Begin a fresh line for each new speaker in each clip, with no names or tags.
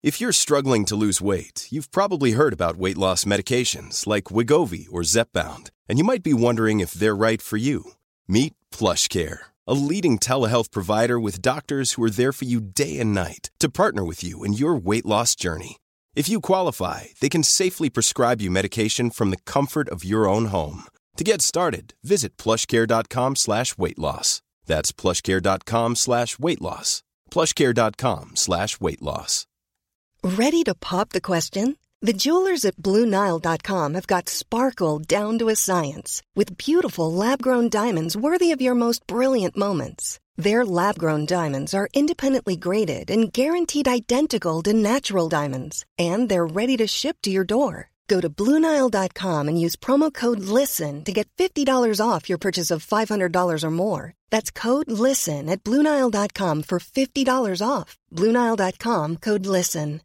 If you're struggling to lose weight, you've probably heard about weight loss medications like Wegovy or Zepbound, and you might be wondering if they're right for you. Meet PlushCare, a leading telehealth provider with doctors who are there for you day and night to partner with you in your weight loss journey. If you qualify, they can safely prescribe you medication from the comfort of your own home. To get started, visit plushcare.com/weightloss. That's plushcare.com/weightloss. plushcare.com/weightloss.
Ready to pop the question? The jewelers at BlueNile.com have got sparkle down to a science with beautiful lab-grown diamonds worthy of your most brilliant moments. Their lab-grown diamonds are independently graded and guaranteed identical to natural diamonds, and they're ready to ship to your door. Go to BlueNile.com and use promo code LISTEN to get $50 off your purchase of $500 or more. That's code LISTEN at BlueNile.com for $50 off. BlueNile.com, code LISTEN.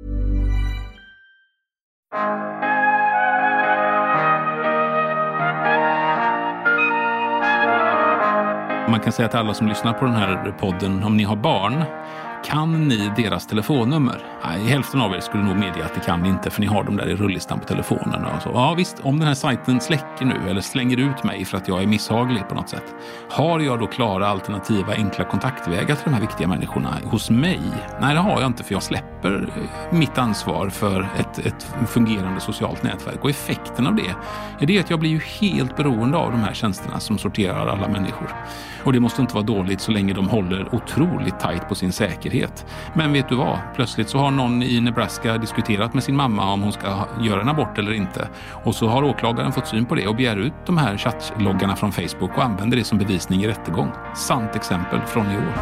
Man kan säga till alla som lyssnar på den här podden, om ni har barn, kan ni deras telefonnummer? Nej, hälften av er skulle nog medge att det kan ni inte, för ni har dem där i rullistan på telefonen. Och så. Ja visst, om den här sajten släcker nu eller slänger ut mig för att jag är misshaglig på något sätt, har jag då klara alternativa enkla kontaktvägar till de här viktiga människorna hos mig? Nej, det har jag inte, för jag släpper mitt ansvar för ett fungerande socialt nätverk. Och effekten av det är det att jag blir ju helt beroende av de här tjänsterna som sorterar alla människor. Och det måste inte vara dåligt så länge de håller otroligt tajt på sin säkerhet. Men vet du vad? Plötsligt så har någon i Nebraska diskuterat med sin mamma om hon ska göra en abort eller inte. Och så har åklagaren fått syn på det och begär ut de här chattloggarna från Facebook och använder det som bevisning i rättegång. Sant exempel från i år.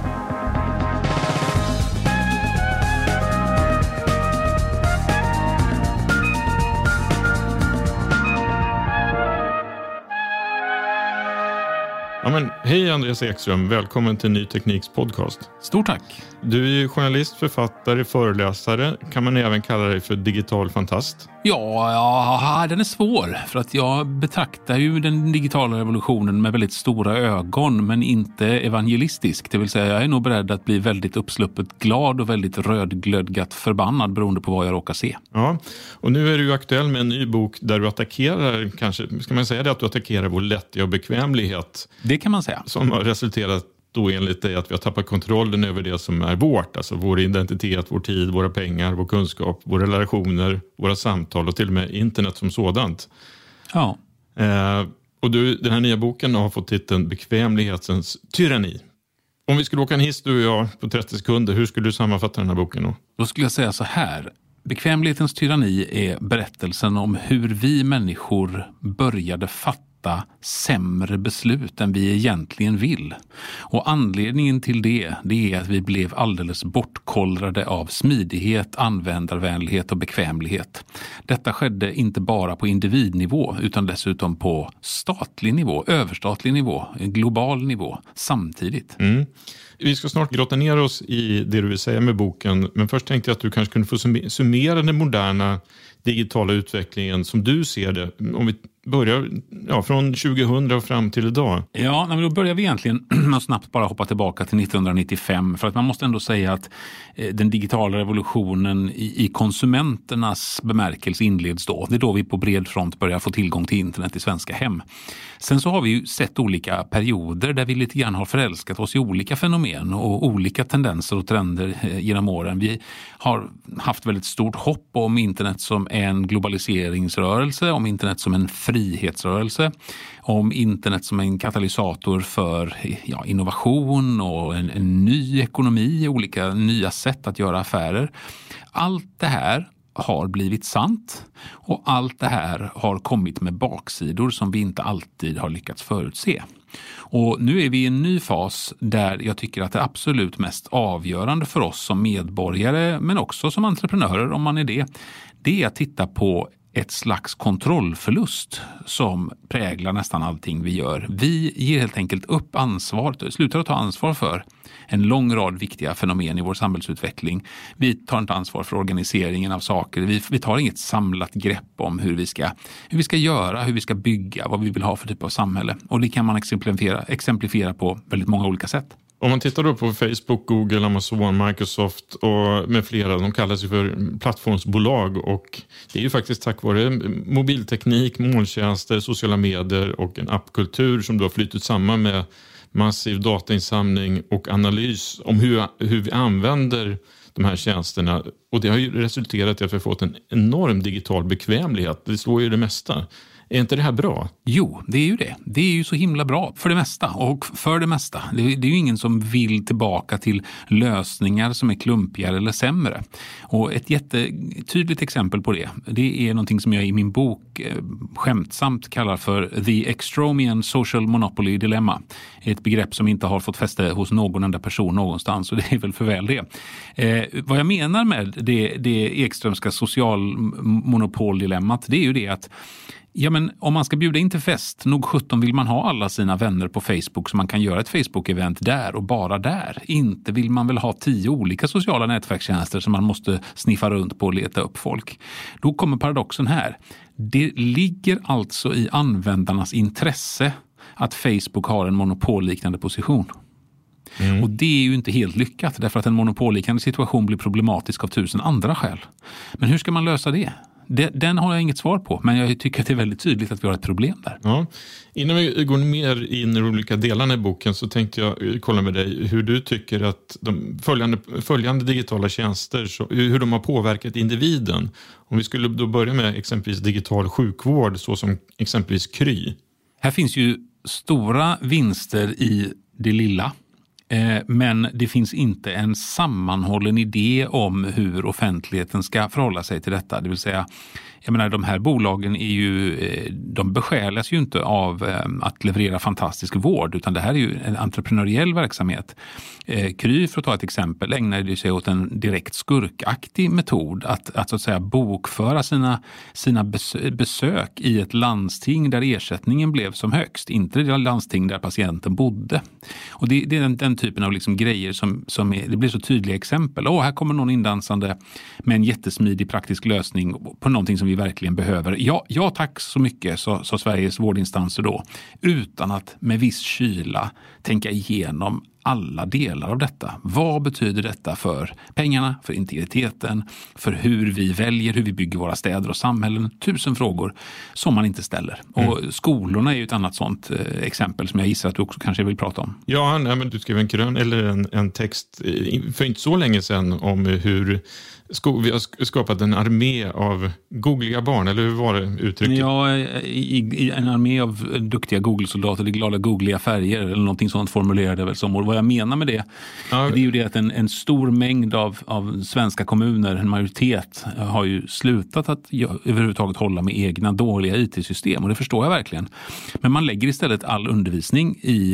Ja, men, hej Andreas Ekström, välkommen till Ny Tekniks podcast.
Stort tack.
Du är ju journalist, författare, föreläsare. Kan man även kalla dig för digital fantast?
Ja, den är svår. För att jag betraktar ju den digitala revolutionen med väldigt stora ögon, men inte evangelistisk. Det vill säga, jag är nog beredd att bli väldigt uppsluppet glad och väldigt rödglödgat förbannad beroende på vad jag råkar se.
Ja, och nu är du aktuell med en ny bok där du attackerar, kanske ska man säga det, att du attackerar vår lättja och bekvämlighet.
Det kan man säga.
Som har resulterat då enligt dig att vi har tappat kontrollen över det som är vårt. Alltså vår identitet, vår tid, våra pengar, vår kunskap, våra relationer, våra samtal och till och med internet som sådant.
Ja.
Och den här nya boken har fått titeln Bekvämlighetens tyranni. Om vi skulle åka en hiss, du och jag, på 30 sekunder, hur skulle du sammanfatta den här boken då?
Då skulle jag säga så här. Bekvämlighetens tyranni är berättelsen om hur vi människor började fatta sämre beslut än vi egentligen vill. Och anledningen till det är att vi blev alldeles bortkollrade av smidighet, användarvänlighet och bekvämlighet. Detta skedde inte bara på individnivå utan dessutom på statlig nivå, överstatlig nivå, global nivå samtidigt.
Mm. Vi ska snart grotta ner oss i det du vill säga med boken, men först tänkte jag att du kanske kunde få summera den moderna digitala utvecklingen som du ser det. Om vi börjar från 2000 och fram till idag.
Ja, men då börjar vi egentligen att snabbt bara hoppa tillbaka till 1995. För att man måste ändå säga att den digitala revolutionen i konsumenternas bemärkelse inleds då. Det är då vi på bred front börjar få tillgång till internet i svenska hem. Sen så har vi ju sett olika perioder där vi lite grann har förälskat oss i olika fenomen och olika tendenser och trender genom åren. Vi har haft väldigt stort hopp om internet som en globaliseringsrörelse, om internet som en frihetsrörelse, om internet som en katalysator för innovation och en ny ekonomi, olika nya sätt att göra affärer. Allt det här har blivit sant och allt det här har kommit med baksidor som vi inte alltid har lyckats förutse. Och nu är vi i en ny fas där jag tycker att det absolut mest avgörande för oss som medborgare, men också som entreprenörer om man är det är att titta på ett slags kontrollförlust som präglar nästan allting vi gör. Vi ger helt enkelt upp ansvar, slutar att ta ansvar för en lång rad viktiga fenomen i vår samhällsutveckling. Vi tar inte ansvar för organiseringen av saker. Vi tar inget samlat grepp om hur vi ska göra, hur vi ska bygga, vad vi vill ha för typ av samhälle. Och det kan man exemplifiera på väldigt många olika sätt.
Om man tittar då på Facebook, Google, Amazon, Microsoft och med flera, de kallas ju för plattformsbolag, och det är ju faktiskt tack vare mobilteknik, molntjänster, sociala medier och en appkultur som då har flyttat samman med massiv datainsamling och analys om hur vi använder de här tjänsterna. Och det har ju resulterat i att vi har fått en enorm digital bekvämlighet. Det slår ju det mesta. Är inte det här bra?
Jo, det är ju det. Det är ju så himla bra för det mesta och för det mesta. Det är ju ingen som vill tillbaka till lösningar som är klumpigare eller sämre. Och ett jättetydligt exempel på det är någonting som jag i min bok skämtsamt kallar för The Extromian Social Monopoly Dilemma. Ett begrepp som inte har fått fäste hos någon enda person någonstans, och det är väl för väl det. Vad jag menar med det Ekströmska socialmonopoldilemmat, det är ju det att men om man ska bjuda in till fest, nog 17 vill man ha alla sina vänner på Facebook så man kan göra ett Facebook-event där och bara där. Inte vill man väl ha 10 olika sociala nätverkstjänster som man måste sniffa runt på och leta upp folk. Då kommer paradoxen här. Det ligger alltså i användarnas intresse att Facebook har en monopolliknande position. Och det är ju inte helt lyckat, därför att en monopolliknande situation blir problematisk av 1000 andra skäl. Men hur ska man lösa det? Den har jag inget svar på, men jag tycker att det är väldigt tydligt att vi har ett problem där.
Ja. Innan vi går mer in i de olika delarna i boken så tänkte jag kolla med dig hur du tycker att de följande digitala tjänster, hur de har påverkat individen. Om vi skulle då börja med exempelvis digital sjukvård, så som exempelvis Kry.
Här finns ju stora vinster i det lilla. Men det finns inte en sammanhållen idé om hur offentligheten ska förhålla sig till detta. Det vill säga, jag menar, de här bolagen de besjälas ju inte av att leverera fantastisk vård, utan det här är ju en entreprenöriell verksamhet. Kry, för att ta ett exempel, ägnade sig åt en direkt skurkaktig metod att så att säga bokföra sina besök i ett landsting där ersättningen blev som högst, inte det landsting där patienten bodde. Och det är den typen av liksom grejer som det blir så tydliga exempel. Här kommer någon indansande med en jättesmidig praktisk lösning på någonting som vi verkligen behöver. Ja tack så mycket, sa Sveriges vårdinstanser då, utan att med viss kyla tänka igenom alla delar av detta. Vad betyder detta för pengarna, för integriteten, för hur vi väljer, hur vi bygger våra städer och samhällen? 1000 frågor som man inte ställer. Och skolorna är ju ett annat sånt exempel som jag gissar att du också kanske vill prata om.
Ja, men du skrev en text för inte så länge sedan om hur vi har skapat en armé av googliga barn, eller hur var det uttrycket?
Ja, i en armé av duktiga Google-soldater i glada googliga färger eller någonting sånt formulerade väl som. Och vad jag menar med det, det är ju det att en stor mängd av svenska kommuner, en majoritet, har ju slutat att överhuvudtaget hålla med egna dåliga IT-system, och det förstår jag verkligen. Men man lägger istället all undervisning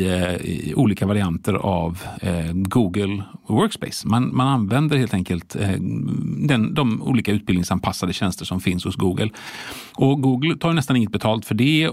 i olika varianter av Google Workspace. Man använder helt enkelt de olika utbildningsanpassade tjänster som finns hos Google. Och Google tar nästan inget betalt för det.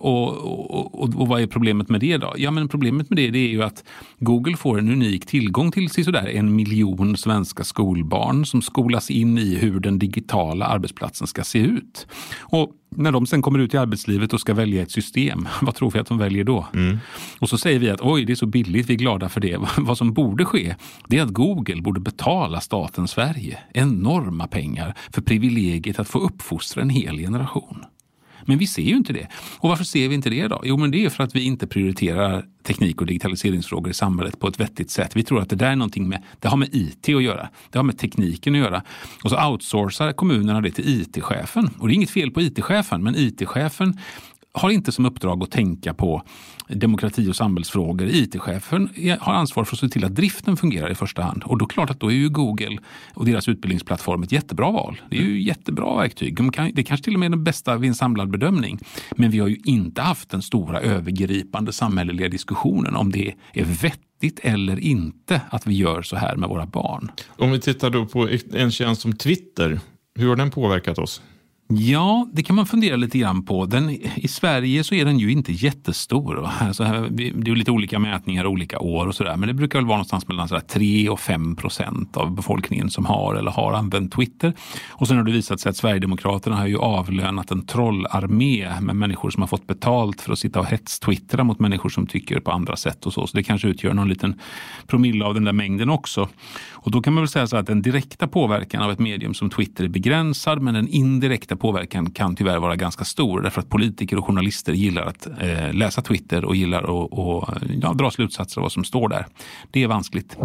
Och vad är problemet med det då? Ja, men problemet med det är ju att Google får en unik tillgång till sådär 1 miljon svenska skolbarn som skolas in i hur den digitala arbetsplatsen ska se ut. Och när de sen kommer ut i arbetslivet och ska välja ett system, vad tror vi att de väljer då? Och så säger vi att oj, det är så billigt, vi är glada för det. Vad som borde ske, det är att Google borde betala staten Sverige enorma pengar för privilegiet att få uppfostra en hel generation. Men vi ser ju inte det. Och varför ser vi inte det då? Jo, men det är för att vi inte prioriterar teknik- och digitaliseringsfrågor i samhället på ett vettigt sätt. Vi tror att det där är någonting det har med IT att göra. Det har med tekniken att göra. Och så outsourcar kommunerna det till IT-chefen. Och det är inget fel på IT-chefen, men IT-chefen har inte som uppdrag att tänka på demokrati- och samhällsfrågor. IT-chefen har ansvar för att se till att driften fungerar i första hand. Och då klart att då är ju Google och deras utbildningsplattform ett jättebra val. Det är ju jättebra verktyg. Det kanske till och med är den bästa vid en samlad bedömning. Men vi har ju inte haft den stora övergripande samhälleliga diskussionen om det är vettigt eller inte att vi gör så här med våra barn.
Om vi tittar då på en tjänst som Twitter, hur har den påverkat oss?
Ja, det kan man fundera lite grann på. I Sverige så är den ju inte jättestor. Alltså det är lite olika mätningar olika år och sådär. Men det brukar väl vara någonstans mellan 3-5% av befolkningen som har eller har använt Twitter. Och sen har det visat sig att Sverigedemokraterna har ju avlönat en trollarmé med människor som har fått betalt för att sitta och hetstwittra mot människor som tycker på andra sätt och så. Så det kanske utgör någon liten promille av den där mängden också. Och då kan man väl säga så att den direkta påverkan av ett medium som Twitter är begränsad, men den indirekta påverkan kan tyvärr vara ganska stor därför att politiker och journalister gillar att läsa Twitter och gillar att dra slutsatser av vad som står där. Det är vanskligt.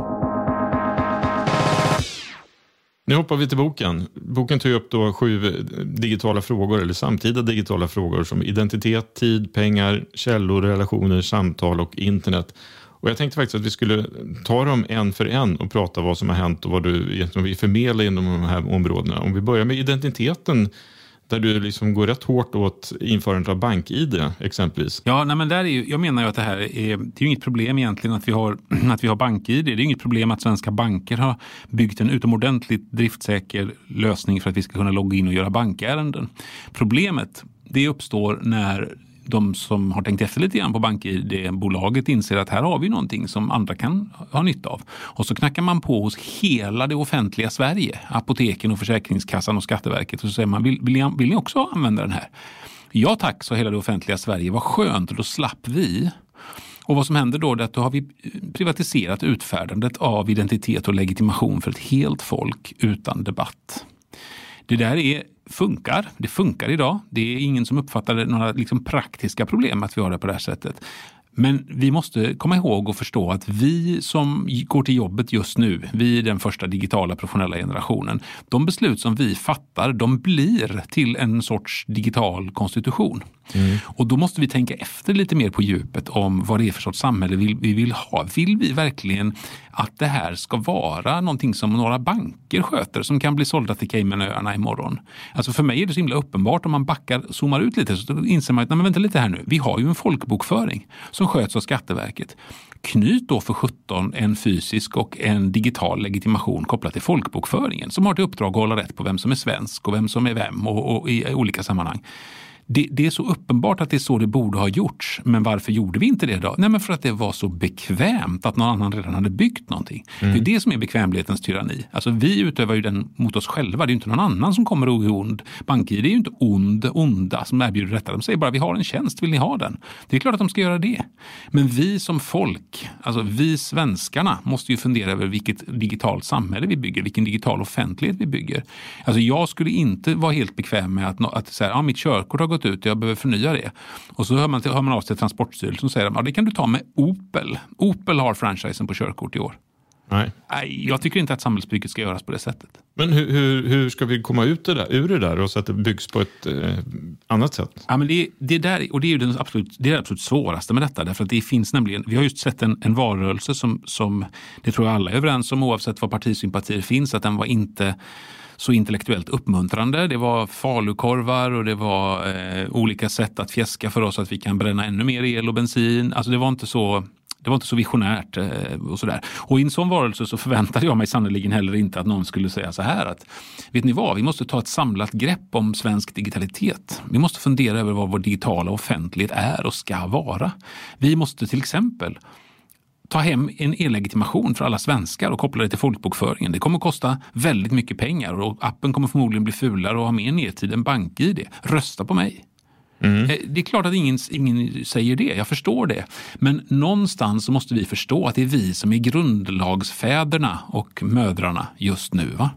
Nu hoppar vi till boken. Boken tar upp då 7 digitala frågor eller samtida digitala frågor som identitet, tid, pengar, källor, relationer, samtal och internet. Och jag tänkte faktiskt att vi skulle ta dem en för en och prata vad som har hänt och vad du egentligen vill förmedla inom de här områdena. Om vi börjar med identiteten, där du liksom går rätt hårt åt införandet av BankID exempelvis.
Ja, nej, men jag menar ju att det är ju inget problem egentligen att vi har BankID. Det är inget problem att svenska banker har byggt en utomordentligt driftsäker lösning för att vi ska kunna logga in och göra bankärenden. Problemet, det uppstår när de som har tänkt efter lite grann på BankID-bolaget inser att här har vi någonting som andra kan ha nytta av. Och så knackar man på hos hela det offentliga Sverige, apoteken och Försäkringskassan och Skatteverket, och så säger man, vill ni också använda den här? Ja tack, så hela det offentliga Sverige, vad skönt, och då slapp vi. Och vad som händer då är att då har vi privatiserat utfärdandet av identitet och legitimation för ett helt folk utan debatt. Det där det funkar idag. Det är ingen som uppfattar några praktiska problem att vi har det på det här sättet. Men vi måste komma ihåg och förstå att vi som går till jobbet just nu, vi är den första digitala professionella generationen, de beslut som vi fattar, de blir till en sorts digital konstitution. Och då måste vi tänka efter lite mer på djupet om vad det är för sorts samhälle vi vill ha. Vill vi verkligen att det här ska vara någonting som några banker sköter som kan bli sålda till Caymanöarna imorgon? Alltså för mig är det så himla uppenbart, om man zoomar ut lite så inser man att, nej men vänta lite här nu, vi har ju en folkbokföring som sköts av Skatteverket. Knyt då för 17 en fysisk och en digital legitimation kopplat till folkbokföringen som har till uppdrag att hålla rätt på vem som är svensk och vem som är vem och i olika sammanhang. Det är så uppenbart att det är så det borde ha gjorts. Men varför gjorde vi inte det då? Nej, men för att det var så bekvämt att någon annan redan hade byggt någonting. Det är det som är bekvämlighetens tyranni. Alltså vi utövar ju den mot oss själva. Det är ju inte någon annan som kommer och är ond. BankID är ju inte onda som erbjuder detta. De säger bara, vi har en tjänst, vill ni ha den? Det är klart att de ska göra det. Men vi som folk, alltså vi svenskarna, måste ju fundera över vilket digitalt samhälle vi bygger, vilken digital offentlighet vi bygger. Alltså jag skulle inte vara helt bekväm med att säga, mitt körkort har gått ut, jag behöver förnya det. Och så hör man av sig till Transportstyrelsen och säger, det kan du ta med Opel. Opel har franchisen på körkort i år. Nej, jag tycker inte att samhällsbygget ska göras på det sättet.
Men hur ska vi komma ur det där och så att det byggs på ett annat sätt?
Ja, men det där, och det är ju det absolut svåraste med detta, därför att det finns nämligen, vi har just sett en valrörelse som det tror jag alla är överens om, oavsett vad partisympatier finns, att den var inte så intellektuellt uppmuntrande. Det var falukorvar och det var olika sätt att fjäska för oss att vi kan bränna ännu mer el och bensin. Alltså det var inte så visionärt och sådär. Och i en sån varelse så förväntade jag mig sannoliken heller inte att någon skulle säga så här att, vet ni vad, vi måste ta ett samlat grepp om svensk digitalitet. Vi måste fundera över vad vår digitala offentlighet är och ska vara. Vi måste till exempel ta hem en e-legitimation för alla svenskar och koppla det till folkbokföringen. Det kommer att kosta väldigt mycket pengar och appen kommer förmodligen bli fulare och ha mer nedtid än BankID. Rösta på mig. Det är klart att ingen säger det, jag förstår det. Men någonstans så måste vi förstå att det är vi som är grundlagsfäderna och mödrarna just nu. Va?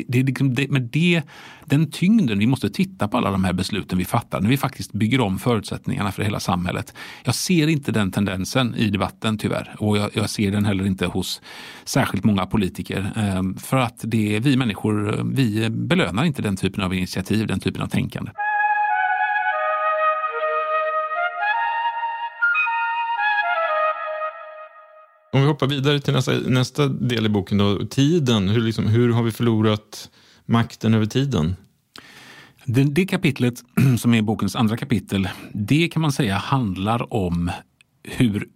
Den tyngden vi måste titta på alla de här besluten vi fattar när vi faktiskt bygger om förutsättningarna för hela samhället. Jag ser inte den tendensen i debatten tyvärr, och jag ser den heller inte hos särskilt många politiker. För att vi människor, vi belönar inte den typen av initiativ, den typen av tänkande.
Om vi hoppar vidare till nästa del i boken då, tiden. Hur har vi förlorat makten över tiden?
Det kapitlet som är bokens andra kapitel, det kan man säga handlar om hur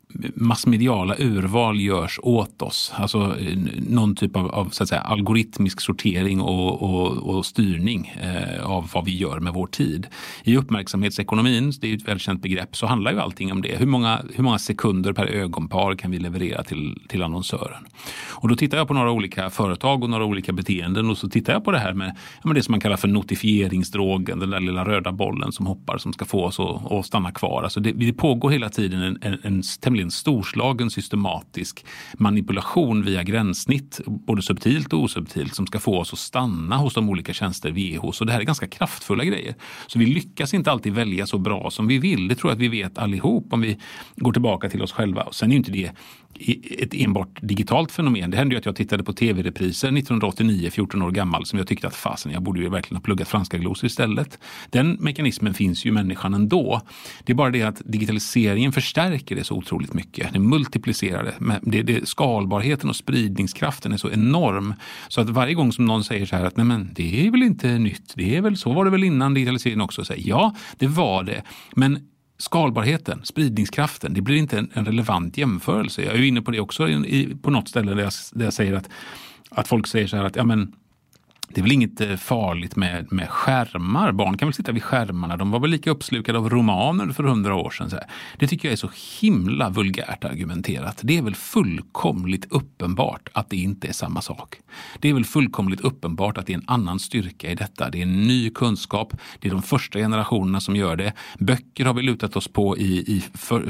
massmediala urval görs åt oss. Alltså någon typ av så att säga, algoritmisk sortering och styrning av vad vi gör med vår tid. I uppmärksamhetsekonomin, det är ett välkänt begrepp, så handlar ju allting om det. Hur många sekunder per ögonpar kan vi leverera till annonsören? Och då tittar jag på några olika företag och några olika beteenden, och så tittar jag på det här med det som man kallar för notifieringsdrogen, den där lilla röda bollen som hoppar som ska få oss att stanna kvar. Alltså det pågår hela tiden en tämligen storslagen systematisk manipulation via gränssnitt, både subtilt och osubtilt, som ska få oss att stanna hos de olika tjänster vi är hos. Och det här är ganska kraftfulla grejer. Så vi lyckas inte alltid välja så bra som vi vill. Det tror jag att vi vet allihop om vi går tillbaka till oss själva. Och sen är ju inte det ett enbart digitalt fenomen. Det hände ju att jag tittade på tv-repriser 1989, 14 år gammal, som jag tyckte att fasen, jag borde ju verkligen ha pluggat franska glosor istället. Den mekanismen finns ju i människan ändå. Det är bara det att digitaliseringen förstärker det så otroligt mycket. Det multiplicerar det. Skalbarheten och spridningskraften är så enorm, så att varje gång som någon säger så här att nej men det är väl inte nytt, det är väl så var det väl innan digitaliseringen också, säger ja, det var det, men skalbarheten, spridningskraften, det blir inte en relevant jämförelse. Jag är ju inne på det också på något ställe där jag säger att folk säger så här att ja men det är väl inget farligt med skärmar. Barn kan väl sitta vid skärmarna. De var väl lika uppslukade av romaner för 100 år sedan. Så här. Det tycker jag är så himla vulgärt argumenterat. Det är väl fullkomligt uppenbart att det inte är samma sak. Det är väl fullkomligt uppenbart att det är en annan styrka i detta. Det är en ny kunskap. Det är de första generationerna som gör det. Böcker har vi lutat oss på i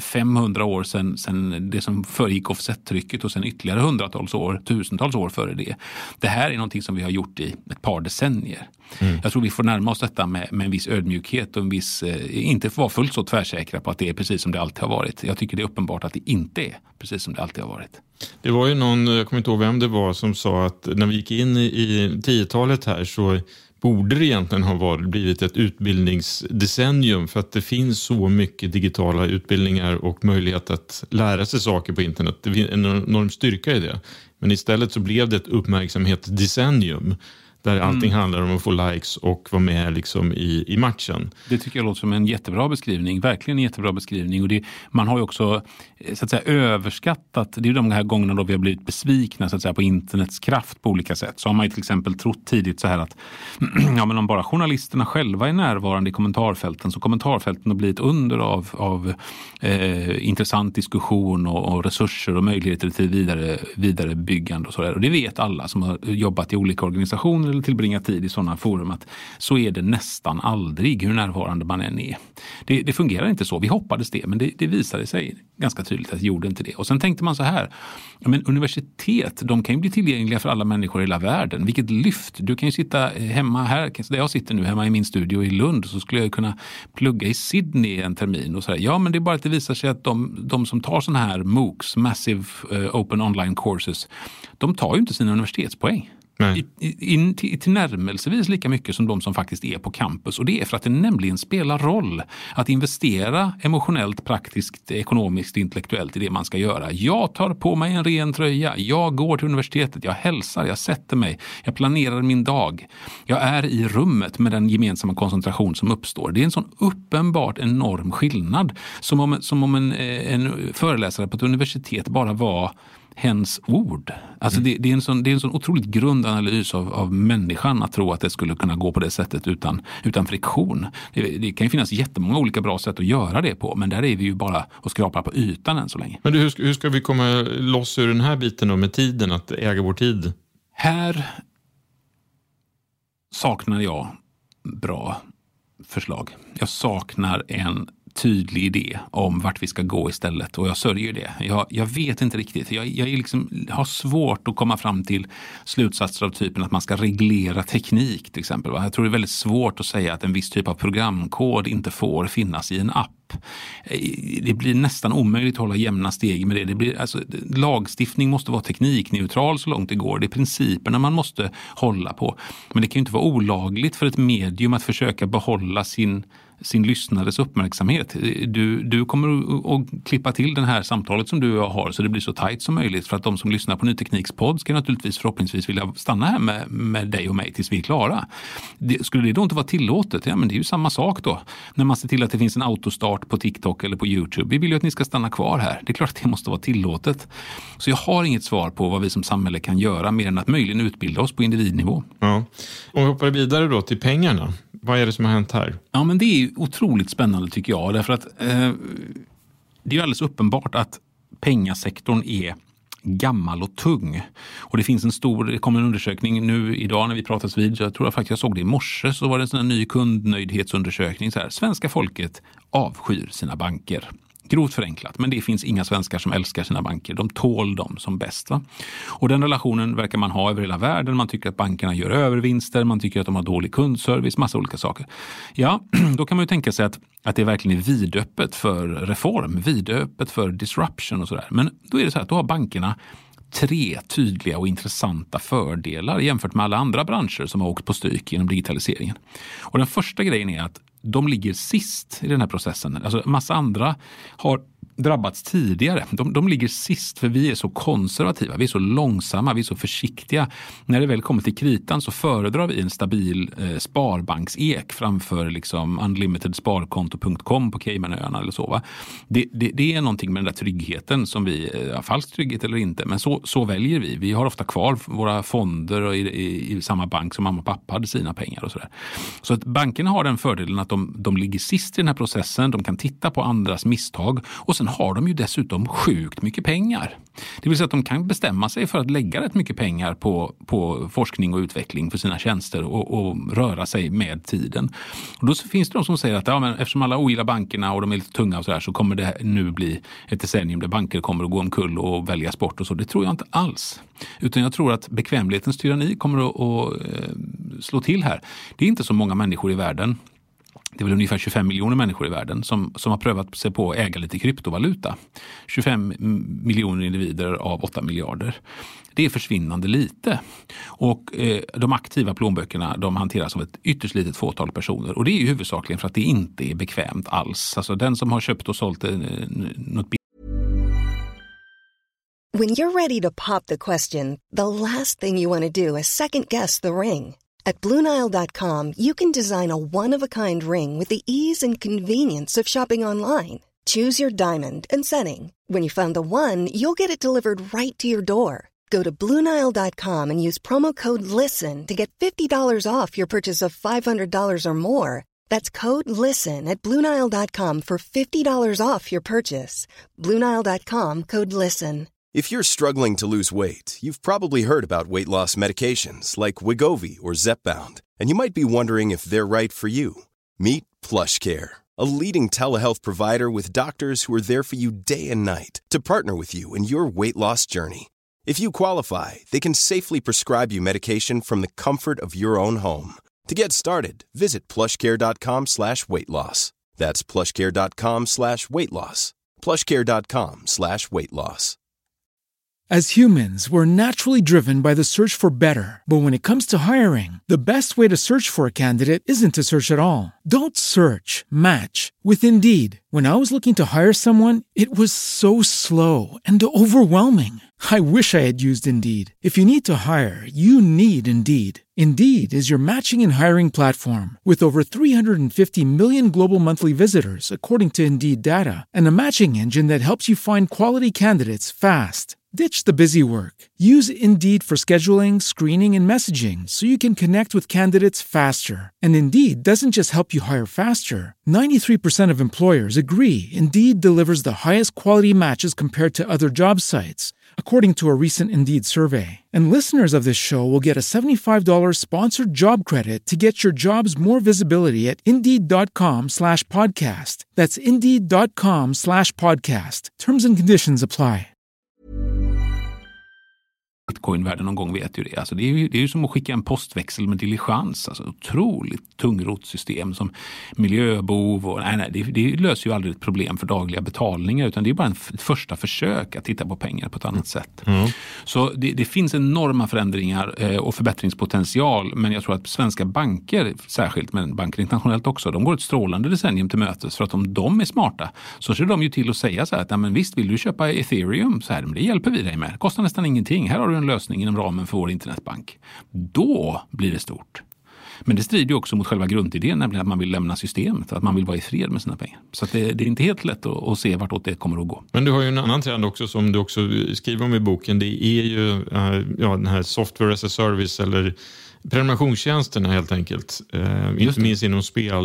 500 år sedan det som föregick offsettrycket, och sen ytterligare tusentals år före det. Det här är någonting som vi har gjort i ett par decennier. Jag tror vi får närma oss detta med en viss ödmjukhet och en viss, inte vara fullt så tvärsäkra på att det är precis som det alltid har varit. Jag tycker det är uppenbart att det inte är precis som det alltid har varit.
Det var ju någon, jag kommer inte ihåg vem det var, som sa att när vi gick in i 10-talet här så borde det egentligen ha blivit ett utbildningsdecennium, för att det finns så mycket digitala utbildningar och möjlighet att lära sig saker på internet. Det finns en enorm styrka i det. Men istället så blev det ett uppmärksamhetsdecennium där allting handlar om att få likes och vara med liksom i matchen.
Det tycker jag låter som en jättebra beskrivning, verkligen en jättebra beskrivning. Och man har ju också så att säga överskattat, det är ju de här gångerna då vi har blivit besvikna så att säga på internets kraft på olika sätt. Så har man ju till exempel trott tidigt så här att ja, men om bara journalisterna själva är närvarande i kommentarfälten, så kommentarfälten har blivit under av intressant diskussion och resurser och möjligheter till vidare byggande och sådär. Och det vet alla som har jobbat i olika organisationer eller tillbringat tid i sådana forum, att så är det nästan aldrig hur närvarande man än är. Det fungerar inte så. Vi hoppades det, men det visade sig ganska tydligt att det gjorde inte det. Och sen tänkte man så här, men universitet, de kan ju bli tillgängliga för alla människor i hela världen. Vilket lyft! Du kan ju sitta hemma här, där jag sitter nu, hemma i min studio i Lund, så skulle jag kunna plugga i Sydney en termin och så här. Ja, men det är bara att det visar sig att de som tar sådana här MOOCs, Massive Open Online Courses, de tar ju inte sina universitetspoäng. Till närmelsevis lika mycket som de som faktiskt är på campus. Och det är för att det nämligen spelar roll att investera emotionellt, praktiskt, ekonomiskt, intellektuellt i det man ska göra. Jag tar på mig en ren tröja, jag går till universitetet, jag hälsar, jag sätter mig, jag planerar min dag. Jag är i rummet med den gemensamma koncentration som uppstår. Det är en sån uppenbart enorm skillnad, som om en föreläsare på ett universitet bara var hens ord. Alltså det är en sån otroligt grundanalys av människan att tro att det skulle kunna gå på det sättet utan friktion. Det kan ju finnas jättemånga olika bra sätt att göra det på, men där är vi ju bara och skrapar på ytan än så länge.
Men hur ska vi komma loss ur den här biten då med tiden, att äga vår tid?
Här saknar jag bra förslag. Jag saknar en tydlig idé om vart vi ska gå istället, och jag sörjer det. Jag vet inte riktigt. Jag har svårt att komma fram till slutsatser av typen att man ska reglera teknik till exempel. Jag tror det är väldigt svårt att säga att en viss typ av programkod inte får finnas i en app. Det blir nästan omöjligt att hålla jämna steg med det. Lagstiftning måste vara teknikneutral så långt det går. Det är principerna man måste hålla på. Men det kan ju inte vara olagligt för ett medium att försöka behålla sin sin lyssnares uppmärksamhet. Du kommer att klippa till den här samtalet som du har så det blir så tajt som möjligt för att de som lyssnar på Ny Tekniks podd ska naturligtvis förhoppningsvis vilja stanna här med dig och mig tills vi är klara. Skulle det då inte vara tillåtet? Ja, men det är ju samma sak då. När man ser till att det finns en autostart på TikTok eller på YouTube. Vi vill ju att ni ska stanna kvar här. Det är klart att det måste vara tillåtet. Så jag har inget svar på vad vi som samhälle kan göra mer än att möjligen utbilda oss på individnivå.
Ja. Om vi hoppar vidare då till pengarna. Vad är det som har hänt här?
Ja, men det är otroligt spännande tycker jag. Därför att det är ju alldeles uppenbart att pengasektorn är gammal och tung. Och det finns det kommer en undersökning nu idag när vi pratas vid. Jag tror faktiskt jag såg det i morse, så var det en sån här ny kundnöjdhetsundersökning. Så här, svenska folket avskyr sina banker. Grovt förenklat, men det finns inga svenskar som älskar sina banker. De tål dem som bäst. Va? Och den relationen verkar man ha över hela världen. Man tycker att bankerna gör övervinster, man tycker att de har dålig kundservice, massa olika saker. Ja, då kan man ju tänka sig att det verkligen är vidöppet för reform, vidöppet för disruption och sådär. Men då är det så här att då har bankerna 3 tydliga och intressanta fördelar jämfört med alla andra branscher som har åkt på stryk genom digitaliseringen. Och den första grejen är att de ligger sist i den här processen. Alltså massa andra har drabbats tidigare. De ligger sist för vi är så konservativa, vi är så långsamma, vi är så försiktiga. När det väl kommer till kritan så föredrar vi en stabil sparbanksek framför liksom unlimitedsparkonto.com på Caymanöarna eller så. Va? Det är någonting med den där tryggheten som vi, falsk trygghet eller inte, men så väljer vi. Vi har ofta kvar våra fonder i samma bank som mamma och pappa hade sina pengar och sådär. Så att bankerna har den fördelen att de ligger sist i den här processen, de kan titta på andras misstag och sen har de ju dessutom sjukt mycket pengar. Det vill säga att de kan bestämma sig för att lägga rätt mycket pengar på forskning och utveckling för sina tjänster och röra sig med tiden. Och då finns det de som säger att men eftersom alla ogillar bankerna och de är lite tunga och så där, så kommer det nu bli ett decennium där banker kommer att gå omkull och väljas bort och så. Det tror jag inte alls. Utan jag tror att bekvämlighetens tyranni kommer att slå till här. Det är inte så många människor i världen. Det är väl ungefär 25 miljoner människor i världen som har prövat sig på att äga lite kryptovaluta. 25 miljoner individer av 8 miljarder. Det är försvinnande lite. Och de aktiva plånböckerna de hanteras av ett ytterst litet fåtal personer. Och det är ju huvudsakligen för att det inte är bekvämt alls. Alltså den som har köpt och sålt något.
When you're ready to pop the question, the last thing you want to do is second guess the ring. At BlueNile.com, you can design a one-of-a-kind ring with the ease and convenience of shopping online. Choose your diamond and setting. When you find the one, you'll get it delivered right to your door. Go to BlueNile.com and use promo code LISTEN to get $50 off your purchase of $500 or more. That's code LISTEN at BlueNile.com for $50 off your purchase. BlueNile.com, code LISTEN.
If you're struggling to lose weight, you've probably heard about weight loss medications like Wegovy or Zepbound, and you might be wondering if they're right for you. Meet PlushCare, a leading telehealth provider with doctors who are there for you day and night to partner with you in your weight loss journey. If you qualify, they can safely prescribe you medication from the comfort of your own home. To get started, visit plushcare.com/weightloss. That's plushcare.com/weightloss. plushcare.com/weightloss.
As humans, we're naturally driven by the search for better. But when it comes to hiring, the best way to search for a candidate isn't to search at all. Don't search, match with Indeed. When I was looking to hire someone, it was so slow and overwhelming. I wish I had used Indeed. If you need to hire, you need Indeed. Indeed is your matching and hiring platform with over 350 million global monthly visitors, according to Indeed data, and a matching engine that helps you find quality candidates fast. Ditch the busy work. Use Indeed for scheduling, screening, and messaging so you can connect with candidates faster. And Indeed doesn't just help you hire faster. 93% of employers agree Indeed delivers the highest quality matches compared to other job sites, according to a recent Indeed survey. And listeners of this show will get a $75 sponsored job credit to get your jobs more visibility at Indeed.com/podcast. That's Indeed.com/podcast. Terms and conditions apply.
bitcoin-världen någon gång vet ju det. Alltså det är ju som att skicka en postväxel med diligens. Alltså otroligt tungrot system som miljöbov. Och, det löser ju aldrig ett problem för dagliga betalningar, utan det är bara ett första försök att titta på pengar på ett annat sätt. Så det finns enorma förändringar och förbättringspotential, men jag tror att svenska banker, särskilt men banker internationellt också, de går ett strålande decennium till mötes, för att om de är smarta så ser de ju till att säga så här att men visst, vill du köpa Ethereum så här, men det hjälper vi dig med. Det kostar nästan ingenting. Här har du en lösning inom ramen för vår internetbank. Då blir det stort. Men det strider ju också mot själva grundidén, nämligen att man vill lämna systemet, att man vill vara i fred med sina pengar. Så att det är inte helt lätt att se vartåt det kommer att gå.
Men du har ju en annan trend också som du också skriver om i boken. Det är ju den här software as a service eller prenumerationstjänsterna helt enkelt. Inte minst inom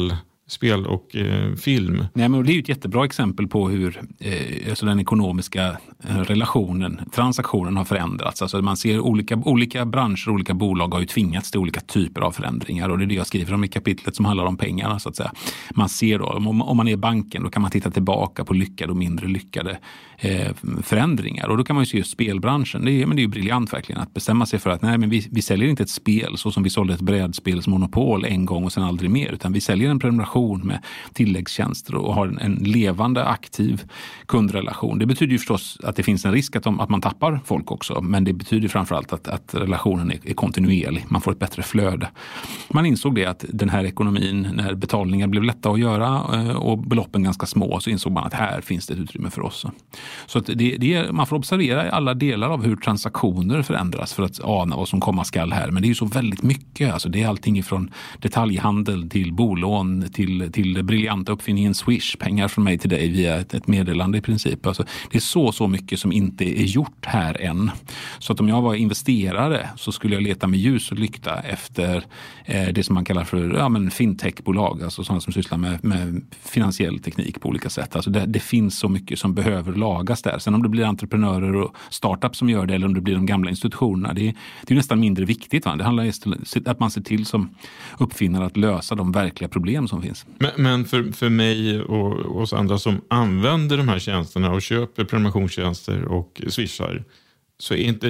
spel och film.
Nej, men det är ju ett jättebra exempel på hur alltså den ekonomiska relationen, transaktionen har förändrats. Alltså man ser olika branscher, olika bolag har ju tvingats till olika typer av förändringar, och det är det jag skriver om i kapitlet som handlar om pengarna så att säga. Man ser då, om man är banken, då kan man titta tillbaka på lyckade och mindre lyckade förändringar, och då kan man ju se just spelbranschen. Det är ju briljant verkligen att bestämma sig för att nej, men vi säljer inte ett spel så som vi sålde ett brädspelsmonopol en gång och sen aldrig mer, utan vi säljer en prenumeration med tilläggstjänster och har en levande, aktiv kundrelation. Det betyder ju förstås att det finns en risk att man tappar folk också, men det betyder framförallt att relationen är kontinuerlig. Man får ett bättre flöde. Man insåg det att den här ekonomin, när betalningar blev lätta att göra och beloppen ganska små, så insåg man att här finns det ett utrymme för oss. Så att man får observera alla delar av hur transaktioner förändras för att ana vad som komma skall här. Men det är ju så väldigt mycket. Alltså det är allting från detaljhandel till bolån till briljanta uppfinningen Swish, pengar från mig till dig via ett meddelande i princip. Alltså det är så mycket som inte är gjort här än. Så att om jag var investerare så skulle jag leta med ljus och lykta efter det som man kallar för fintechbolag, alltså sådana som sysslar med finansiell teknik på olika sätt. Alltså det finns så mycket som behöver lagas där. Sen om det blir entreprenörer och startups som gör det, eller om det blir de gamla institutionerna, det är nästan mindre viktigt. Va? Det handlar om att man ser till som uppfinnare att lösa de verkliga problem som finns.
Men för mig och oss andra som använder de här tjänsterna och köper prenumerationstjänster och swishar, så är inte...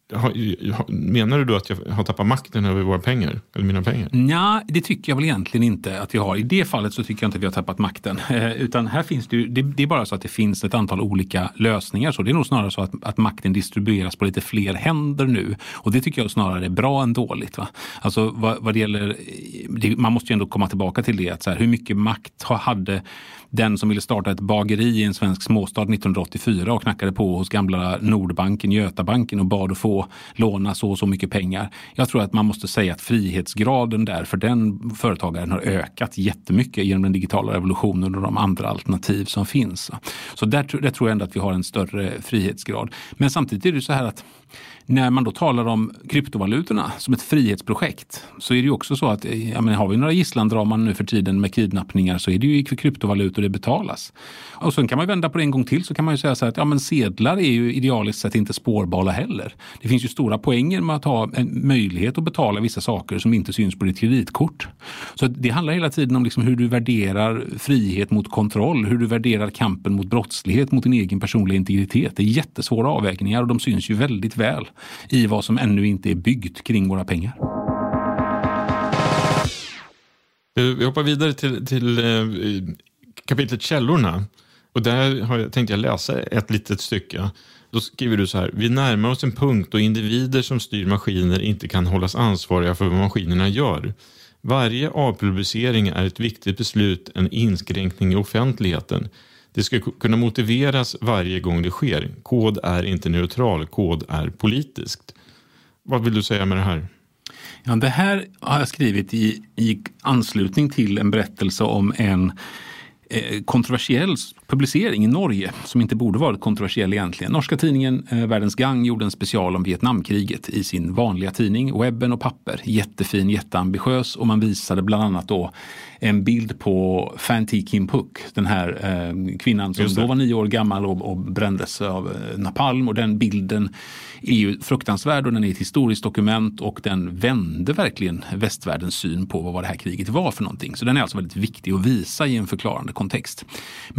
Menar du då att jag har tappat makten över våra pengar? Eller mina pengar?
Nej, det tycker jag väl egentligen inte att jag har. I det fallet så tycker jag inte att vi har tappat makten. Utan här finns det är bara så att det finns ett antal olika lösningar. Så det är nog snarare så att makten distribueras på lite fler händer nu. Och det tycker jag snarare är bra än dåligt. Va? Alltså vad det gäller... man måste ju ändå komma tillbaka till det. Att så här, hur mycket makt hade den som ville starta ett bageri i en svensk småstad 1984 och knackade på hos gamla Nordbanken, Götabanken och bad att få låna så mycket pengar. Jag tror att man måste säga att frihetsgraden där för den företagaren har ökat jättemycket genom den digitala revolutionen och de andra alternativ som finns. Så där tror jag ändå att vi har en större frihetsgrad. Men samtidigt är det så här att när man då talar om kryptovalutorna som ett frihetsprojekt, så är det ju också så att har vi några gisslandraman nu för tiden med kidnappningar, så är det ju kryptovalutor det betalas. Och sen kan man vända på det en gång till, så kan man ju säga så här att sedlar är ju idealiskt sett inte spårbara heller. Det finns ju stora poänger med att ha en möjlighet att betala vissa saker som inte syns på ditt kreditkort. Så det handlar hela tiden om liksom hur du värderar frihet mot kontroll, hur du värderar kampen mot brottslighet, mot din egen personliga integritet. Det är jättesvåra avvägningar och de syns ju väldigt väl i vad som ännu inte är byggt kring våra pengar.
Vi hoppar vidare till kapitlet källorna. Och där tänkte jag läsa ett litet stycke. Då skriver du så här: vi närmar oss en punkt då individer som styr maskiner inte kan hållas ansvariga för vad maskinerna gör. Varje avpublicering är ett viktigt beslut, en inskränkning i offentligheten. Det ska kunna motiveras varje gång det sker. Kod är inte neutral, kod är politiskt. Vad vill du säga med det här?
Ja, det här har jag skrivit i anslutning till en berättelse om en kontroversiell publicering i Norge som inte borde varit kontroversiell egentligen. Norska tidningen Världens Gang gjorde en special om Vietnamkriget i sin vanliga tidning, webben och papper. Jättefin, jätteambitiös, och man visade bland annat då en bild på Phan Thi Kim Phuc, den här kvinnan som då var 9 år gammal och brändes av napalm, och den bilden är ju fruktansvärd och den är ett historiskt dokument, och den vände verkligen västvärldens syn på vad det här kriget var för någonting. Så den är alltså väldigt viktig att visa i en förklarande kontext. Men problemet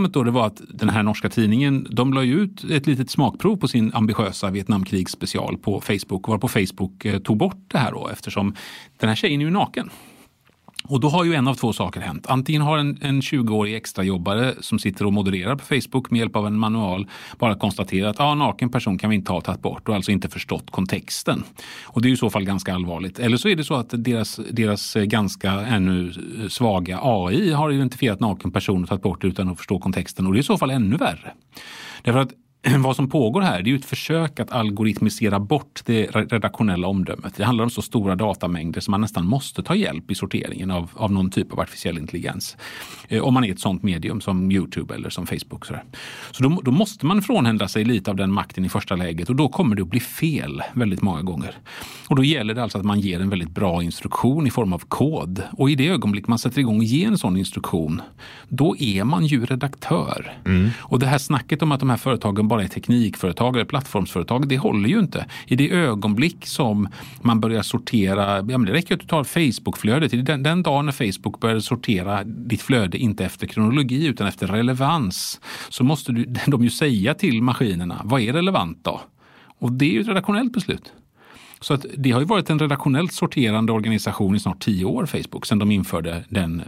problemet då det var att den här norska tidningen, de la ut ett litet smakprov på sin ambitiösa Vietnamkrigsspecial på Facebook, varpå Facebook tog bort det här då, eftersom den här tjejen är ju naken. Och då har ju en av två saker hänt. Antingen har en 20-årig extrajobbare som sitter och modererar på Facebook med hjälp av en manual bara konstaterat att naken person kan vi inte ha tagit bort och alltså inte förstått kontexten. Och det är ju i så fall ganska allvarligt. Eller så är det så att deras ganska ännu svaga AI har identifierat naken person och tagit bort det utan att förstå kontexten. Och det är i så fall ännu värre. Därför att vad som pågår här, det är ju ett försök att algoritmisera bort det redaktionella omdömet. Det handlar om så stora datamängder som man nästan måste ta hjälp i sorteringen av någon typ av artificiell intelligens. Om man är ett sånt medium som YouTube eller som Facebook. Så då måste man frånhända sig lite av den makten i första läget och då kommer det att bli fel väldigt många gånger. Och då gäller det alltså att man ger en väldigt bra instruktion i form av kod. Och i det ögonblick man sätter igång och ger en sån instruktion, då är man ju redaktör. Och det här snacket om att de här företagen bara är teknikföretag eller plattformsföretag, det håller ju inte. I det ögonblick som man börjar sortera, det räcker att du tar Facebook-flödet. Den dagen när Facebook börjar sortera ditt flöde inte efter kronologi utan efter relevans, så måste de ju säga till maskinerna, vad är relevant då? Och det är ju ett redaktionellt beslut. Så att det har ju varit en redaktionellt sorterande organisation i snart 10 år, Facebook, sedan de införde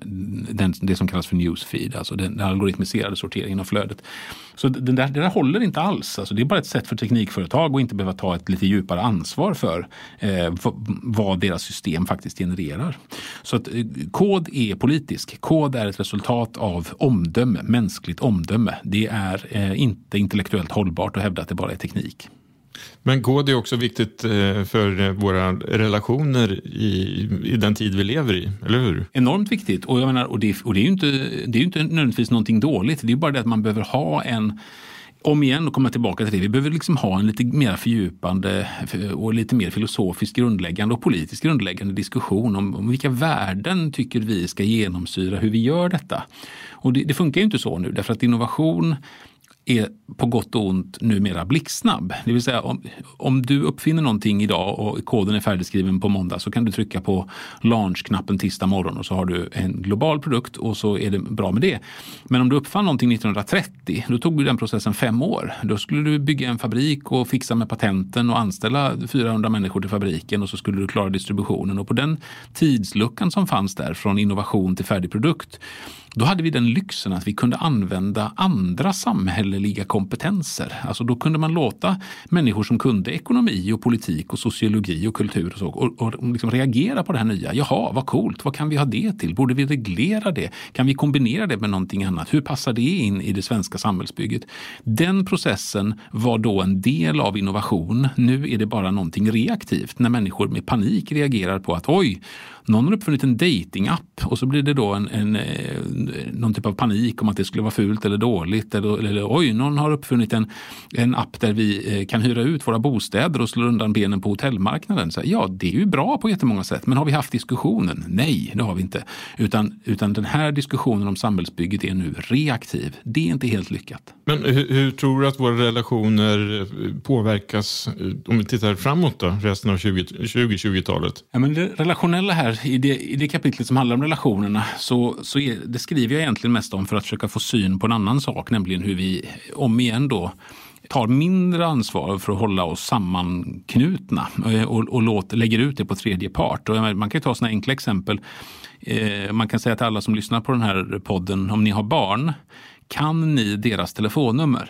det som kallas för newsfeed, alltså den algoritmiserade sorteringen av flödet. Så det där håller inte alls. Alltså det är bara ett sätt för teknikföretag att inte behöva ta ett lite djupare ansvar för vad deras system faktiskt genererar. Så att kod är politisk. Kod är ett resultat av omdöme, mänskligt omdöme. Det är inte intellektuellt hållbart att hävda att det bara är teknik.
Men kod är också viktigt för våra relationer i den tid vi lever i, eller hur?
Enormt viktigt. Och jag menar, och det är ju inte nödvändigtvis någonting dåligt. Det är bara det att man behöver ha om igen och komma tillbaka till det. Vi behöver liksom ha en lite mer fördjupande och lite mer filosofisk grundläggande och politisk grundläggande diskussion om vilka värden tycker vi ska genomsyra hur vi gör detta. Och det funkar ju inte så nu, därför att innovation är på gott och ont numera blixtsnabb. Det vill säga om du uppfinner någonting idag och koden är färdigskriven på måndag, så kan du trycka på launch-knappen tisdag morgon och så har du en global produkt och så är det bra med det. Men om du uppfann någonting 1930, då tog den processen 5 år. Då skulle du bygga en fabrik och fixa med patenten och anställa 400 människor till fabriken och så skulle du klara distributionen. Och på den tidsluckan som fanns där från innovation till färdig produkt, då hade vi den lyxen att vi kunde använda andra samhälleliga kompetenser. Alltså då kunde man låta människor som kunde ekonomi och politik och sociologi och kultur och så och liksom reagera på det här nya. Jaha, vad coolt. Vad kan vi ha det till? Borde vi reglera det? Kan vi kombinera det med någonting annat? Hur passar det in i det svenska samhällsbygget? Den processen var då en del av innovation. Nu är det bara någonting reaktivt när människor med panik reagerar på att oj, någon har uppfunnit en datingapp och så blir det då någon typ av panik om att det skulle vara fult eller dåligt. Eller oj, någon har uppfunnit en app där vi kan hyra ut våra bostäder och slå undan benen på hotellmarknaden. Så, ja, det är ju bra på jättemånga sätt. Men har vi haft diskussionen? Nej, det har vi inte. Utan den här diskussionen om samhällsbygget är nu reaktiv. Det är inte helt lyckat. Men
hur tror du att våra relationer påverkas om vi tittar framåt då, resten av 2020-talet?
Ja, men det relationella här, i det kapitlet som handlar om relationerna, så det skriver jag egentligen mest om för att försöka få syn på en annan sak, nämligen hur vi om igen då tar mindre ansvar för att hålla oss sammanknutna och lägger ut det på tredje part. Och man kan ju ta sådana enkla exempel. Man kan säga till alla som lyssnar på den här podden, om ni har barn, kan ni deras telefonnummer?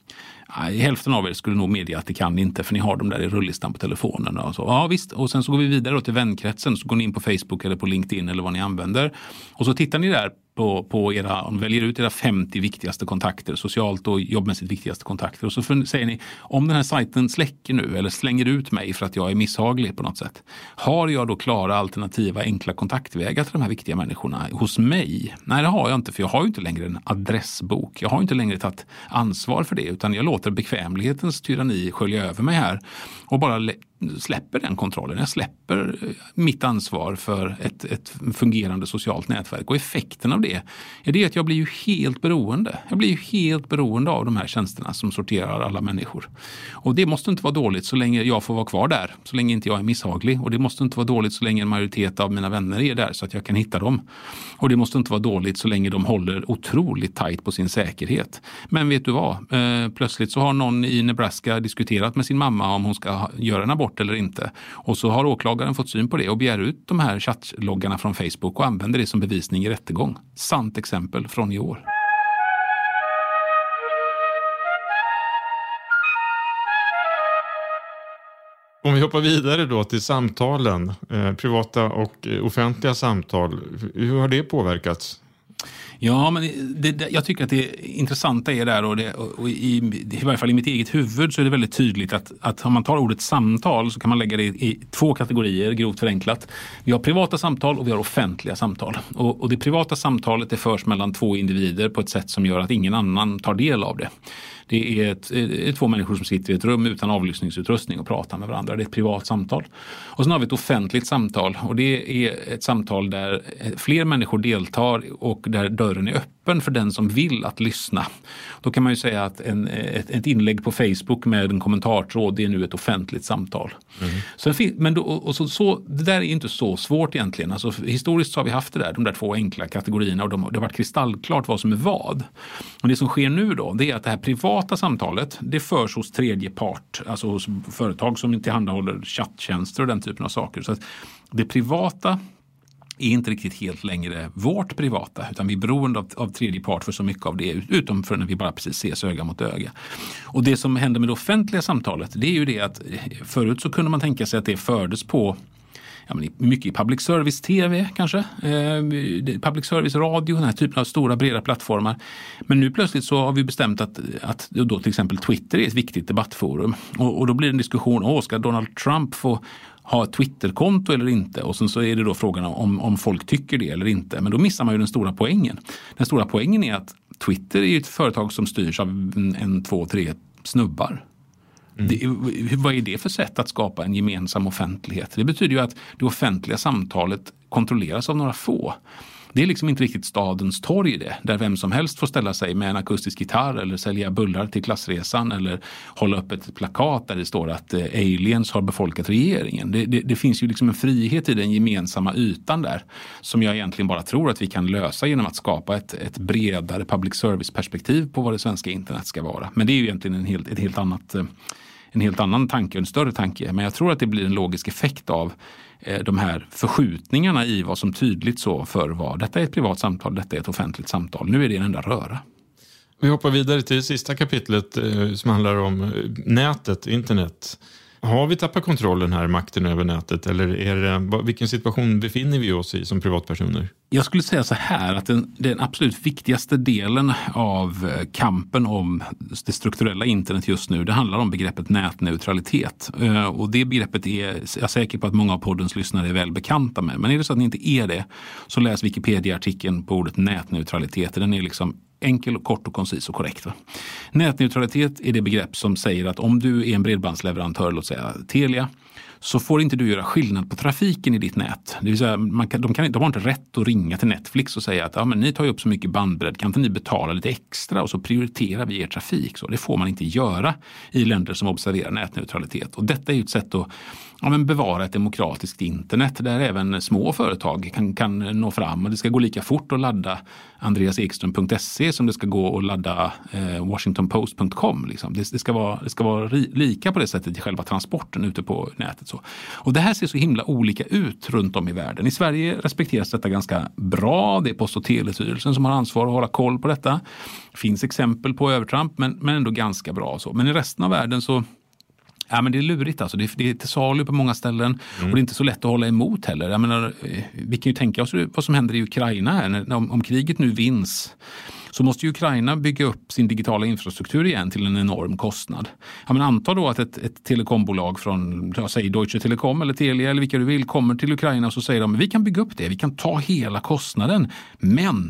Hälften av er skulle nog medge att det kan ni inte, för ni har dem där i rullistan på telefonen. Och så. Ja visst, och sen så går vi vidare då till vänkretsen, så går ni in på Facebook eller på LinkedIn eller vad ni använder. Och så tittar ni där på era, väljer ut era 50 viktigaste kontakter, socialt och jobbmässigt viktigaste kontakter. Och så säger ni, om den här sajten släcker nu eller slänger ut mig för att jag är misshaglig på något sätt, har jag då klara alternativa enkla kontaktvägar till de här viktiga människorna hos mig? Nej, det har jag inte, för jag har ju inte längre en adressbok. Jag har inte längre tagit ansvar för det, utan jag låter bekvämlighetens tyranni skölja över mig här och bara släpper den kontrollen. Jag släpper mitt ansvar för ett fungerande socialt nätverk. Och effekten av det är det att jag blir ju helt beroende. Jag blir ju helt beroende av de här tjänsterna som sorterar alla människor. Och det måste inte vara dåligt så länge jag får vara kvar där. Så länge inte jag är misshaglig. Och det måste inte vara dåligt så länge en majoritet av mina vänner är där så att jag kan hitta dem. Och det måste inte vara dåligt så länge de håller otroligt tajt på sin säkerhet. Men vet du vad? Plötsligt så har någon i Nebraska diskuterat med sin mamma om hon ska göra en abort eller inte. Och så har åklagaren fått syn på det och begär ut de här chattloggarna från Facebook och använder det som bevisning i rättegång. Sant exempel från i år.
Om vi hoppar vidare då till samtalen, privata och offentliga samtal. Hur har det påverkats?
Ja, men jag tycker att det intressanta är där och i varje fall i mitt eget huvud så är det väldigt tydligt att om man tar ordet samtal så kan man lägga det i två kategorier, grovt förenklat. Vi har privata samtal och vi har offentliga samtal. Och det privata samtalet det förs mellan två individer på ett sätt som gör att ingen annan tar del av det. Det är två människor som sitter i ett rum utan avlyssningsutrustning och pratar med varandra. Det är ett privat samtal. Och sen har vi ett offentligt samtal och det är ett samtal där fler människor deltar och där dörren är öppen för den som vill att lyssna. Då kan man ju säga att ett inlägg på Facebook med en kommentartråd det är nu ett offentligt samtal. Men det där är inte så svårt egentligen. Alltså, historiskt så har vi haft de där två enkla kategorierna och det har varit kristallklart vad som är vad. Och det som sker nu då det är att det här privata samtalet det förs hos tredje part, alltså hos företag som tillhandahåller chatttjänster och den typen av saker. Så att det privata är inte riktigt helt längre vårt privata utan vi är beroende av tredje part för så mycket av det utom för när vi bara precis ses öga mot öga. Och det som händer med det offentliga samtalet det är ju det att förut så kunde man tänka sig att det fördes på mycket i public service tv kanske, public service radio, den här typen av stora breda plattformar. Men nu plötsligt så har vi bestämt att då till exempel Twitter är ett viktigt debattforum. Och då blir det en diskussion, ska Donald Trump få ha ett Twitterkonto eller inte? Och sen så är det då frågan om folk tycker det eller inte. Men då missar man ju den stora poängen. Den stora poängen är att Twitter är ett företag som styrs av 2, 3 snubbar. Vad är det för sätt att skapa en gemensam offentlighet? Det betyder ju att det offentliga samtalet kontrolleras av några få. Det är liksom inte riktigt stadens torg det, där vem som helst får ställa sig med en akustisk gitarr eller sälja bullar till klassresan eller hålla upp ett plakat där det står att aliens har befolkat regeringen. Det finns ju liksom en frihet i den gemensamma ytan där som jag egentligen bara tror att vi kan lösa genom att skapa ett bredare public service-perspektiv på vad det svenska internet ska vara. Men det är ju egentligen en helt annan tanke och en större tanke. Men jag tror att det blir en logisk effekt av de här förskjutningarna i vad som tydligt så för var. Detta är ett privat samtal, detta är ett offentligt samtal. Nu är det en enda röra.
Vi hoppar vidare till det sista kapitlet som handlar om nätet, internet. Har vi tappat kontrollen här, makten över nätet? Eller vilken situation befinner vi oss i som privatpersoner?
Jag skulle säga så här att den absolut viktigaste delen av kampen om det strukturella internet just nu, det handlar om begreppet nätneutralitet. Och det begreppet är jag säker på att många av poddens lyssnare är väl bekanta med. Men är det så att ni inte är det, så läs Wikipedia-artikeln på ordet nätneutralitet. Den är liksom enkel, kort och koncis och korrekt. Nätneutralitet är det begrepp som säger att om du är en bredbandsleverantör, låt säga Telia, så får inte du göra skillnad på trafiken i ditt nät. Det vill säga, de har inte rätt att ringa till Netflix och säga att men ni tar ju upp så mycket bandbredd, kan inte ni betala lite extra och så prioriterar vi er trafik. Så det får man inte göra i länder som observerar nätneutralitet. Och detta är ju ett sätt att bevara ett demokratiskt internet där även små företag kan nå fram. Och det ska gå lika fort att ladda andreasekström.se som det ska gå att ladda washingtonpost.com. Liksom. Det ska vara lika på det sättet i själva transporten ute på nätet. Så. Och det här ser så himla olika ut runt om i världen. I Sverige respekteras detta ganska bra. Det är Post- och telestyrelsen som har ansvar att hålla koll på detta. Det finns exempel på övertramp men ändå ganska bra. Så. Men i resten av världen så men det är lurigt alltså. Det är till salu på många ställen och det är inte så lätt att hålla emot heller. Jag menar, vi kan ju tänka oss vad som händer i Ukraina här. Om kriget nu vinns så måste ju Ukraina bygga upp sin digitala infrastruktur igen till en enorm kostnad. Anta då att ett telekombolag från säg Deutsche Telekom eller Telia eller vilka du vill kommer till Ukraina och så säger de vi kan bygga upp det, vi kan ta hela kostnaden, men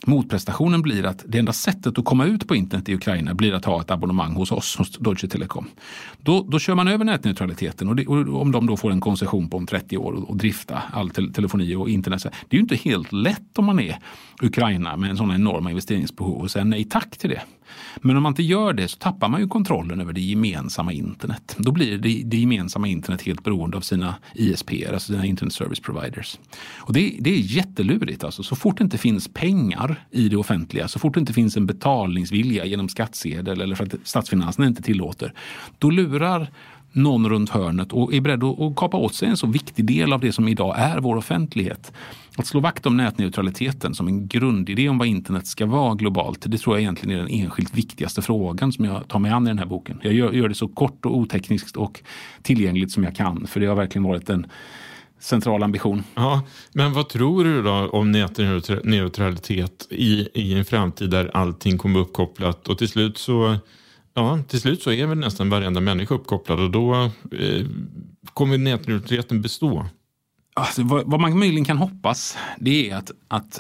Motprestationen blir att det enda sättet att komma ut på internet i Ukraina blir att ha ett abonnemang hos oss, hos Deutsche Telekom. Då kör man över nätneutraliteten och om de då får en koncession på om 30 år och drifta all telefoni och internet. Det är ju inte helt lätt om man är Ukraina med en sån enorma investeringsbehov och säga nej tack till det. Men om man inte gör det så tappar man ju kontrollen över det gemensamma internet. Då blir det gemensamma internet helt beroende av sina ISP, alltså sina internet service providers. Och det är jättelurigt alltså. Så fort det inte finns pengar i det offentliga, så fort det inte finns en betalningsvilja genom skattsedel eller för att statsfinanserna inte tillåter, då lurar någon runt hörnet och är beredd att kapa åt sig en så viktig del av det som idag är vår offentlighet. Att slå vakt om nätneutraliteten som en grundidé om vad internet ska vara globalt, det tror jag egentligen är den enskilt viktigaste frågan som jag tar mig an i den här boken. Jag gör det så kort och otekniskt och tillgängligt som jag kan, för det har verkligen varit en central ambition. Ja,
men vad tror du då om nätneutralitet i en framtid där allting kommer uppkopplat och till slut så är väl nästan varenda människa uppkopplad och då kommer nätneutraliteten bestå?
Alltså, vad man möjligen kan hoppas, det är att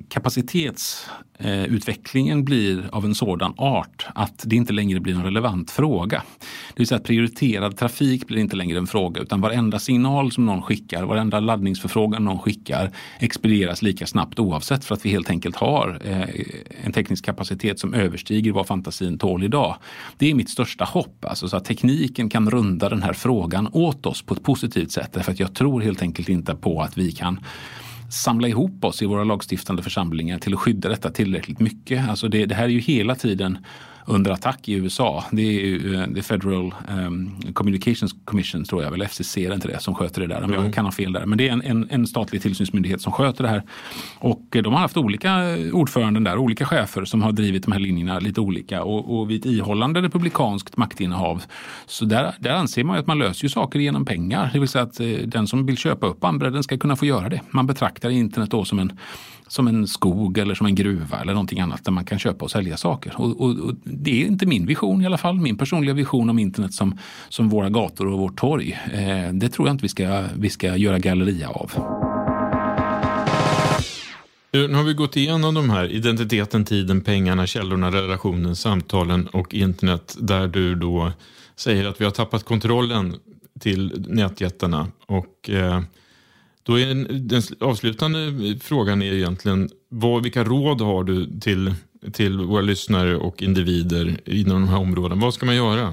kapacitetsutvecklingen blir av en sådan art att det inte längre blir en relevant fråga. Det vill säga att prioriterad trafik blir inte längre en fråga, utan varenda signal som någon skickar, varenda laddningsförfrågan någon skickar expedieras lika snabbt oavsett, för att vi helt enkelt har en teknisk kapacitet som överstiger vad fantasin tål idag. Det är mitt största hopp, alltså, så att tekniken kan runda den här frågan åt oss på ett positivt sätt, därför att jag tror helt enkelt inte på att vi kan samla ihop oss i våra lagstiftande församlingar till att skydda detta tillräckligt mycket. Alltså det här är ju hela tiden under attack i USA. Det är ju The Federal Communications Commission, tror jag väl, FCC är inte det som sköter det där. Men jag kan ha fel där. Men det är en statlig tillsynsmyndighet som sköter det här. Och de har haft olika ordföranden där, olika chefer som har drivit de här linjerna lite olika. Och vid ett ihållande republikanskt maktinnehav, så där anser man ju att man löser ju saker genom pengar. Det vill säga att den som vill köpa upp bandbredden ska kunna få göra det. Man betraktar internet då som en skog eller som en gruva eller någonting annat där man kan köpa och sälja saker. Och det är inte min vision i alla fall. Min personliga vision om internet som våra gator och vårt torg. Det tror jag inte vi ska göra galleria av.
Nu har vi gått igenom de här: identiteten, tiden, pengarna, källorna, relationen, samtalen och internet, där du då säger att vi har tappat kontrollen till nätjättarna. Och då är den avslutande frågan är egentligen, vilka råd har du till våra lyssnare och individer inom de här områdena? Vad ska man göra?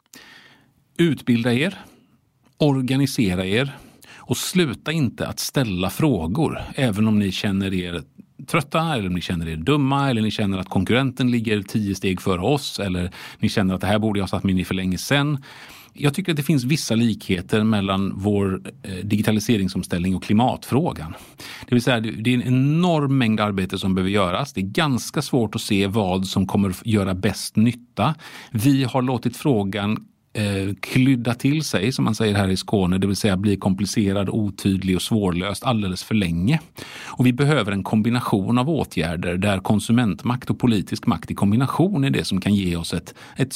Utbilda er, organisera er och sluta inte att ställa frågor, även om ni känner er trötta eller om ni känner er dumma eller ni känner att konkurrenten ligger 10 steg före oss eller ni känner att det här borde jag ha satt mig in i för länge sedan. Jag tycker att det finns vissa likheter mellan vår digitaliseringsomställning och klimatfrågan. Det vill säga, det är en enorm mängd arbete som behöver göras. Det är ganska svårt att se vad som kommer göra bäst nytta. Vi har låtit frågan klydda till sig, som man säger här i Skåne, det vill säga bli komplicerad, otydlig och svårlöst alldeles för länge. Och vi behöver en kombination av åtgärder där konsumentmakt och politisk makt i kombination är det som kan ge oss ett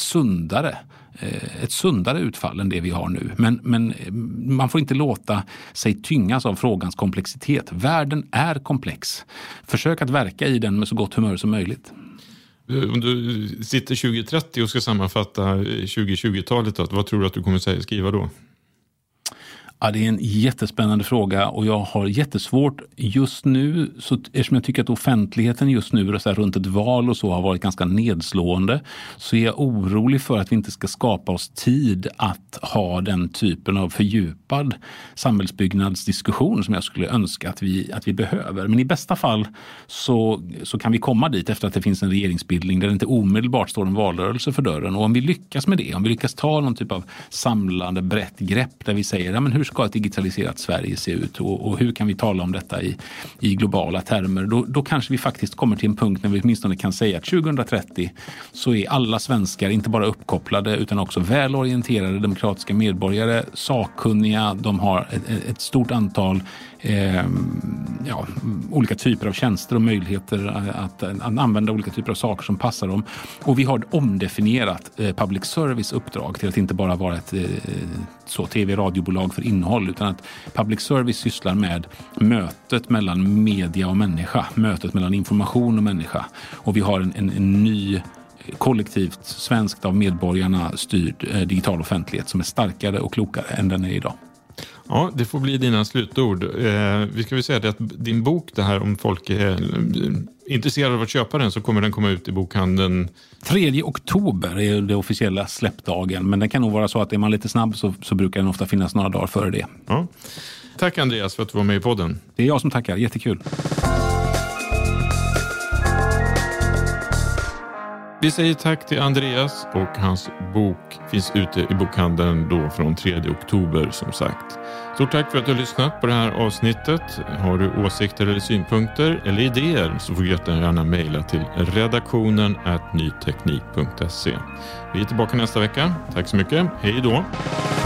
sundare utfall än det vi har nu. Men man får inte låta sig tyngas av frågans komplexitet. Världen är komplex. Försök att verka i den med så gott humör som möjligt.
Om du sitter 2030 och ska sammanfatta 2020-talet, vad tror du att du kommer skriva då?
Ja, det är en jättespännande fråga och jag har jättesvårt just nu, så eftersom jag tycker att offentligheten just nu så här, runt ett val och så har varit ganska nedslående, så är jag orolig för att vi inte ska skapa oss tid att ha den typen av fördjupad samhällsbyggnadsdiskussion som jag skulle önska att vi behöver. Men i bästa fall så kan vi komma dit efter att det finns en regeringsbildning där det inte omedelbart står en valrörelse för dörren. Och om vi lyckas med det, om vi lyckas ta någon typ av samlande brett grepp där vi säger, ja, men hur ska ett digitaliserat Sverige se ut och hur kan vi tala om detta i globala termer, då kanske vi faktiskt kommer till en punkt när vi åtminstone kan säga att 2030 så är alla svenskar inte bara uppkopplade utan också välorienterade demokratiska medborgare, sakkunniga, de har ett stort antal olika typer av tjänster och möjligheter att använda olika typer av saker som passar dem. Och vi har omdefinierat public service uppdrag till att inte bara vara ett tv-radiobolag för innehåll, utan att public service sysslar med mötet mellan media och människa, mötet mellan information och människa. Och vi har en ny kollektivt svenskt av medborgarna styrd digital offentlighet som är starkare och klokare än den är idag.
Ja, det får bli dina slutord. Vi ska väl säga det att din bok, det här, om folk är intresserade av att köpa den, så kommer den komma ut i bokhandeln.
3 oktober är det officiella släppdagen, men det kan nog vara så att är man lite snabb så brukar den ofta finnas några dagar före det.
Ja. Tack Andreas för att du var med i podden.
Det är jag som tackar, jättekul.
Vi säger tack till Andreas, och hans bok finns ute i bokhandeln då från 3 oktober som sagt. Stort tack för att du har lyssnat på det här avsnittet. Har du åsikter eller synpunkter eller idéer så får du gärna mejla till redaktionen@nyteknik.se. Vi är tillbaka nästa vecka. Tack så mycket. Hej då!